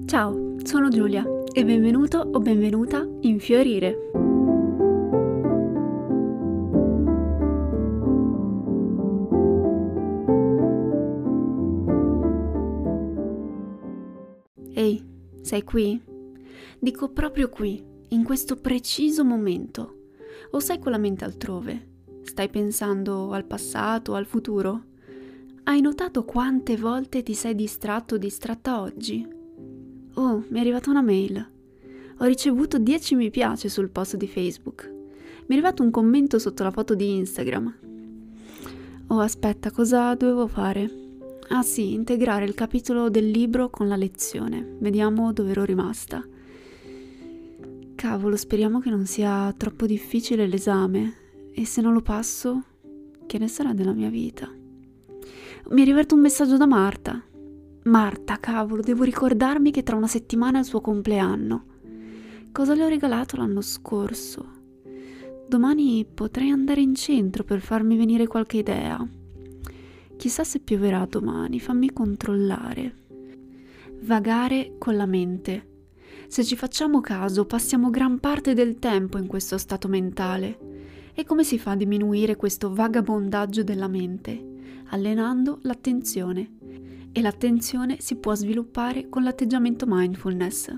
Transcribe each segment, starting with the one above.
Ciao, sono Giulia e benvenuto o benvenuta in Fiorire. Ehi, sei qui? Dico proprio qui, in questo preciso momento. O sei con la mente altrove? Stai pensando al passato o al futuro? Hai notato quante volte ti sei distratto o distratta oggi? Oh, mi è arrivata una mail. Ho ricevuto 10 mi piace sul post di Facebook. Mi è arrivato un commento sotto la foto di Instagram. Oh, aspetta, cosa dovevo fare? Ah sì, integrare il capitolo del libro con la lezione. Vediamo dove ero rimasta. Cavolo, speriamo che non sia troppo difficile l'esame. E se non lo passo, che ne sarà della mia vita? Mi è arrivato un messaggio da Marta. Marta, cavolo, devo ricordarmi che tra una settimana è il suo compleanno. Cosa le ho regalato l'anno scorso? Domani potrei andare in centro per farmi venire qualche idea. Chissà se pioverà domani, fammi controllare. Vagare con la mente. Se ci facciamo caso, passiamo gran parte del tempo in questo stato mentale. E come si fa a diminuire questo vagabondaggio della mente? Allenando l'attenzione. E l'attenzione si può sviluppare con l'atteggiamento mindfulness.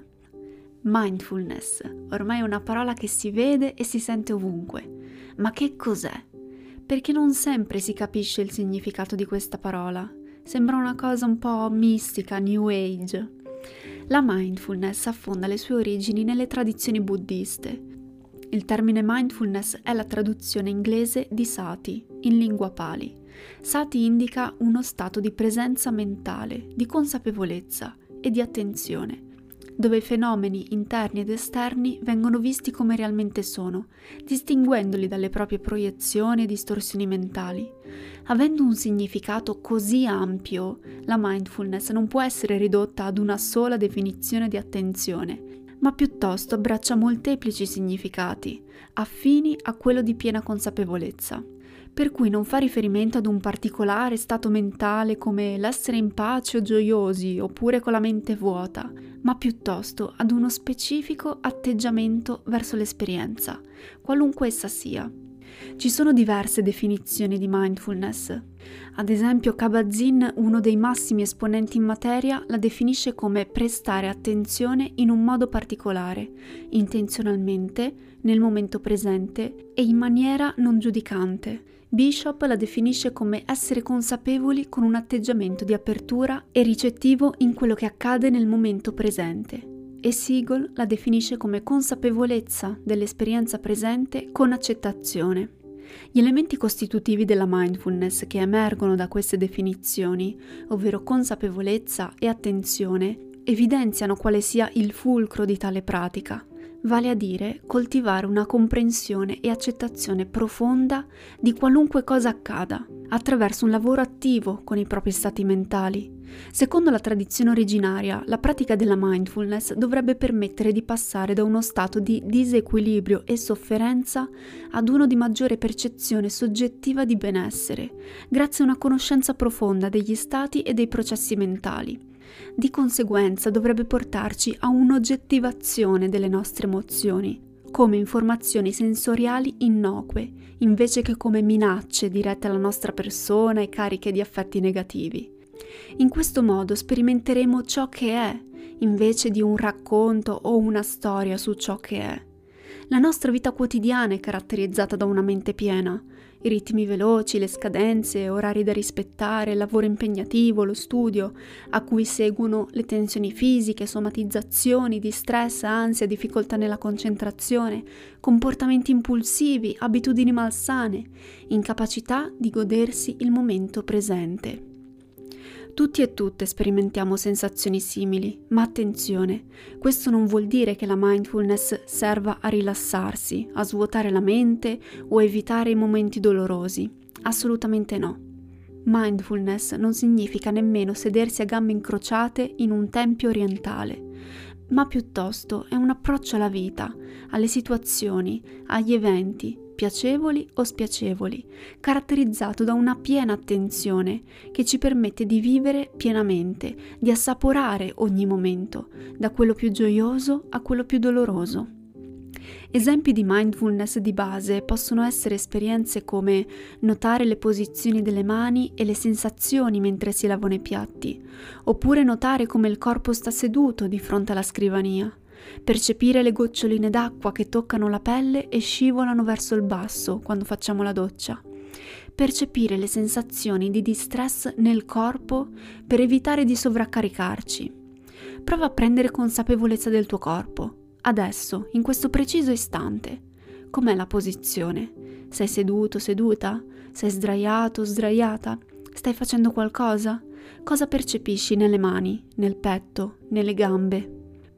Mindfulness, ormai è una parola che si vede e si sente ovunque. Ma che cos'è? Perché non sempre si capisce il significato di questa parola. Sembra una cosa un po' mistica, New Age. La mindfulness affonda le sue origini nelle tradizioni buddiste. Il termine mindfulness è la traduzione inglese di sati, in lingua pali. Sati indica uno stato di presenza mentale, di consapevolezza e di attenzione, dove i fenomeni interni ed esterni vengono visti come realmente sono, distinguendoli dalle proprie proiezioni e distorsioni mentali. Avendo un significato così ampio, la mindfulness non può essere ridotta ad una sola definizione di attenzione, ma piuttosto abbraccia molteplici significati, affini a quello di piena consapevolezza. Per cui non fa riferimento ad un particolare stato mentale come l'essere in pace o gioiosi oppure con la mente vuota, ma piuttosto ad uno specifico atteggiamento verso l'esperienza, qualunque essa sia. Ci sono diverse definizioni di mindfulness. Ad esempio, Kabat-Zinn, uno dei massimi esponenti in materia, la definisce come prestare attenzione in un modo particolare, intenzionalmente, nel momento presente e in maniera non giudicante. Bishop la definisce come essere consapevoli con un atteggiamento di apertura e ricettivo in quello che accade nel momento presente. E Siegel la definisce come consapevolezza dell'esperienza presente con accettazione. Gli elementi costitutivi della mindfulness che emergono da queste definizioni, ovvero consapevolezza e attenzione, evidenziano quale sia il fulcro di tale pratica, vale a dire coltivare una comprensione e accettazione profonda di qualunque cosa accada, attraverso un lavoro attivo con i propri stati mentali. Secondo la tradizione originaria, la pratica della mindfulness dovrebbe permettere di passare da uno stato di disequilibrio e sofferenza ad uno di maggiore percezione soggettiva di benessere, grazie a una conoscenza profonda degli stati e dei processi mentali. Di conseguenza dovrebbe portarci a un'oggettivazione delle nostre emozioni, come informazioni sensoriali innocue, invece che come minacce dirette alla nostra persona e cariche di affetti negativi. In questo modo sperimenteremo ciò che è, invece di un racconto o una storia su ciò che è. La nostra vita quotidiana è caratterizzata da una mente piena. I ritmi veloci, le scadenze, orari da rispettare, il lavoro impegnativo, lo studio, a cui seguono le tensioni fisiche, somatizzazioni di stress, ansia, difficoltà nella concentrazione, comportamenti impulsivi, abitudini malsane, incapacità di godersi il momento presente. Tutti e tutte sperimentiamo sensazioni simili, ma attenzione, questo non vuol dire che la mindfulness serva a rilassarsi, a svuotare la mente o evitare i momenti dolorosi. Assolutamente no. Mindfulness non significa nemmeno sedersi a gambe incrociate in un tempio orientale, ma piuttosto è un approccio alla vita, alle situazioni, agli eventi, piacevoli o spiacevoli, caratterizzato da una piena attenzione che ci permette di vivere pienamente, di assaporare ogni momento, da quello più gioioso a quello più doloroso. Esempi di mindfulness di base possono essere esperienze come notare le posizioni delle mani e le sensazioni mentre si lavano i piatti, oppure notare come il corpo sta seduto di fronte alla scrivania, percepire le goccioline d'acqua che toccano la pelle e scivolano verso il basso quando facciamo la doccia, percepire le sensazioni di distress nel corpo per evitare di sovraccaricarci. Prova a prendere consapevolezza del tuo corpo. Adesso, in questo preciso istante, com'è la posizione? Sei seduto, seduta? Sei sdraiato, sdraiata? Stai facendo qualcosa? Cosa percepisci nelle mani, nel petto, nelle gambe?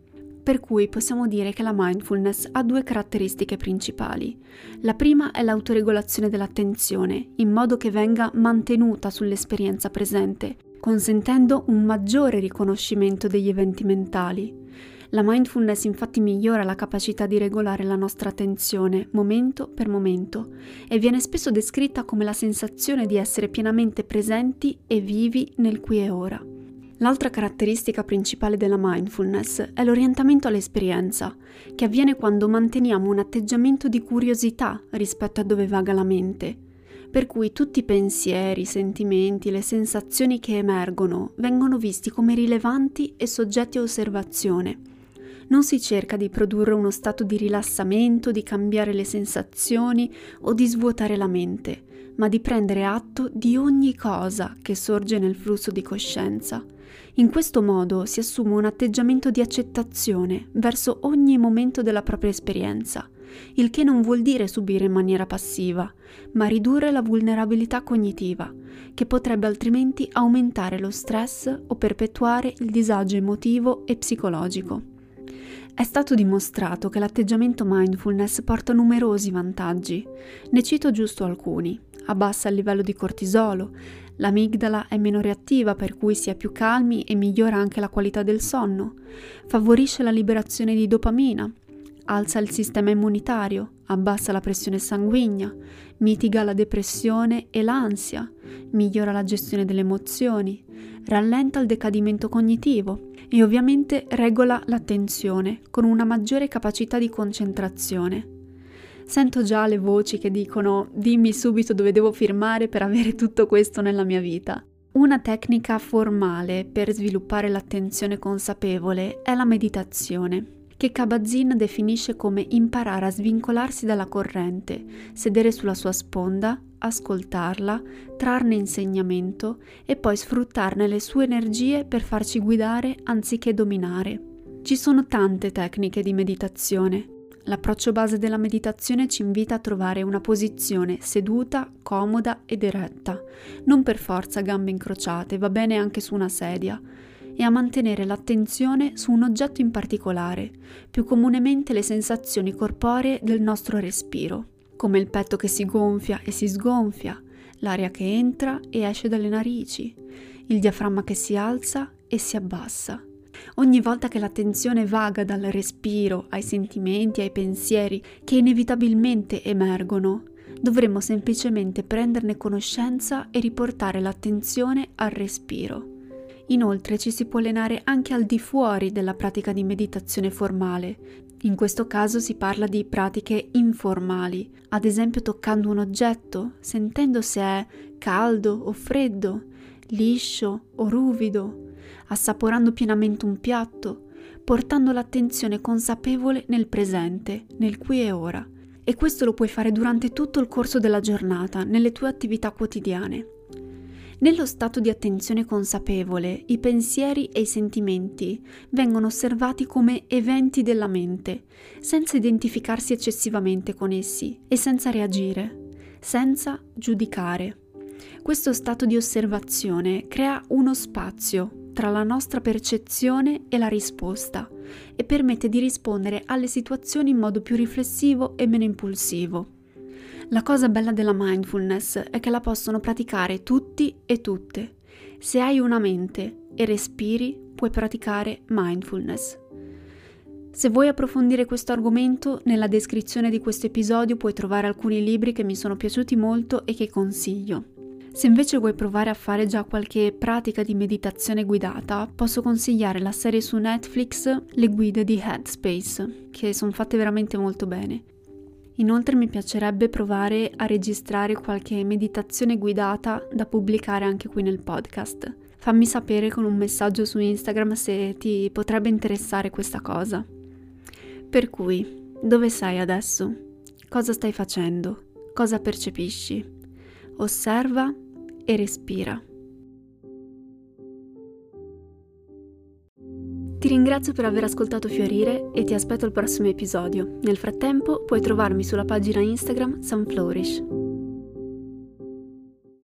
Per cui possiamo dire che la mindfulness ha due caratteristiche principali. La prima è l'autoregolazione dell'attenzione, in modo che venga mantenuta sull'esperienza presente, consentendo un maggiore riconoscimento degli eventi mentali. La mindfulness infatti migliora la capacità di regolare la nostra attenzione momento per momento e viene spesso descritta come la sensazione di essere pienamente presenti e vivi nel qui e ora. L'altra caratteristica principale della mindfulness è l'orientamento all'esperienza, che avviene quando manteniamo un atteggiamento di curiosità rispetto a dove vaga la mente, per cui tutti i pensieri, i sentimenti, le sensazioni che emergono vengono visti come rilevanti e soggetti a osservazione. Non si cerca di produrre uno stato di rilassamento, di cambiare le sensazioni o di svuotare la mente, ma di prendere atto di ogni cosa che sorge nel flusso di coscienza. In questo modo si assume un atteggiamento di accettazione verso ogni momento della propria esperienza, il che non vuol dire subire in maniera passiva, ma ridurre la vulnerabilità cognitiva, che potrebbe altrimenti aumentare lo stress o perpetuare il disagio emotivo e psicologico. È stato dimostrato che l'atteggiamento mindfulness porta numerosi vantaggi. Ne cito giusto alcuni. Abbassa il livello di cortisolo, l'amigdala è meno reattiva per cui si è più calmi e migliora anche la qualità del sonno, favorisce la liberazione di dopamina, alza il sistema immunitario, abbassa la pressione sanguigna, mitiga la depressione e l'ansia, migliora la gestione delle emozioni, rallenta il decadimento cognitivo e ovviamente regola l'attenzione con una maggiore capacità di concentrazione. Sento già le voci che dicono «Dimmi subito dove devo firmare per avere tutto questo nella mia vita». Una tecnica formale per sviluppare l'attenzione consapevole è la meditazione, che Kabat-Zinn definisce come imparare a svincolarsi dalla corrente, sedere sulla sua sponda, ascoltarla, trarne insegnamento e poi sfruttarne le sue energie per farci guidare anziché dominare. Ci sono tante tecniche di meditazione. L'approccio base della meditazione ci invita a trovare una posizione seduta, comoda ed eretta, non per forza gambe incrociate, va bene anche su una sedia, e a mantenere l'attenzione su un oggetto in particolare, più comunemente le sensazioni corporee del nostro respiro, come il petto che si gonfia e si sgonfia, l'aria che entra e esce dalle narici, il diaframma che si alza e si abbassa. Ogni volta che l'attenzione vaga dal respiro ai sentimenti, ai pensieri che inevitabilmente emergono, dovremmo semplicemente prenderne conoscenza e riportare l'attenzione al respiro. Inoltre ci si può allenare anche al di fuori della pratica di meditazione formale. In questo caso si parla di pratiche informali, ad esempio toccando un oggetto, sentendo se è caldo o freddo, liscio o ruvido, assaporando pienamente un piatto, portando l'attenzione consapevole nel presente, nel qui e ora. E questo lo puoi fare durante tutto il corso della giornata, nelle tue attività quotidiane. Nello stato di attenzione consapevole, i pensieri e i sentimenti vengono osservati come eventi della mente, senza identificarsi eccessivamente con essi e senza reagire, senza giudicare. Questo stato di osservazione crea uno spazio tra la nostra percezione e la risposta e permette di rispondere alle situazioni in modo più riflessivo e meno impulsivo. La cosa bella della mindfulness è che la possono praticare tutti e tutte. Se hai una mente e respiri, puoi praticare mindfulness. Se vuoi approfondire questo argomento, nella descrizione di questo episodio puoi trovare alcuni libri che mi sono piaciuti molto e che consiglio. Se invece vuoi provare a fare già qualche pratica di meditazione guidata, posso consigliare la serie su Netflix Le guide di Headspace, che sono fatte veramente molto bene. Inoltre mi piacerebbe provare a registrare qualche meditazione guidata da pubblicare anche qui nel podcast. Fammi sapere con un messaggio su Instagram se ti potrebbe interessare questa cosa. Per cui, dove sei adesso? Cosa stai facendo? Cosa percepisci? Osserva e respira. Ti ringrazio per aver ascoltato Fiorire e ti aspetto al prossimo episodio. Nel frattempo puoi trovarmi sulla pagina Instagram Sunflourish.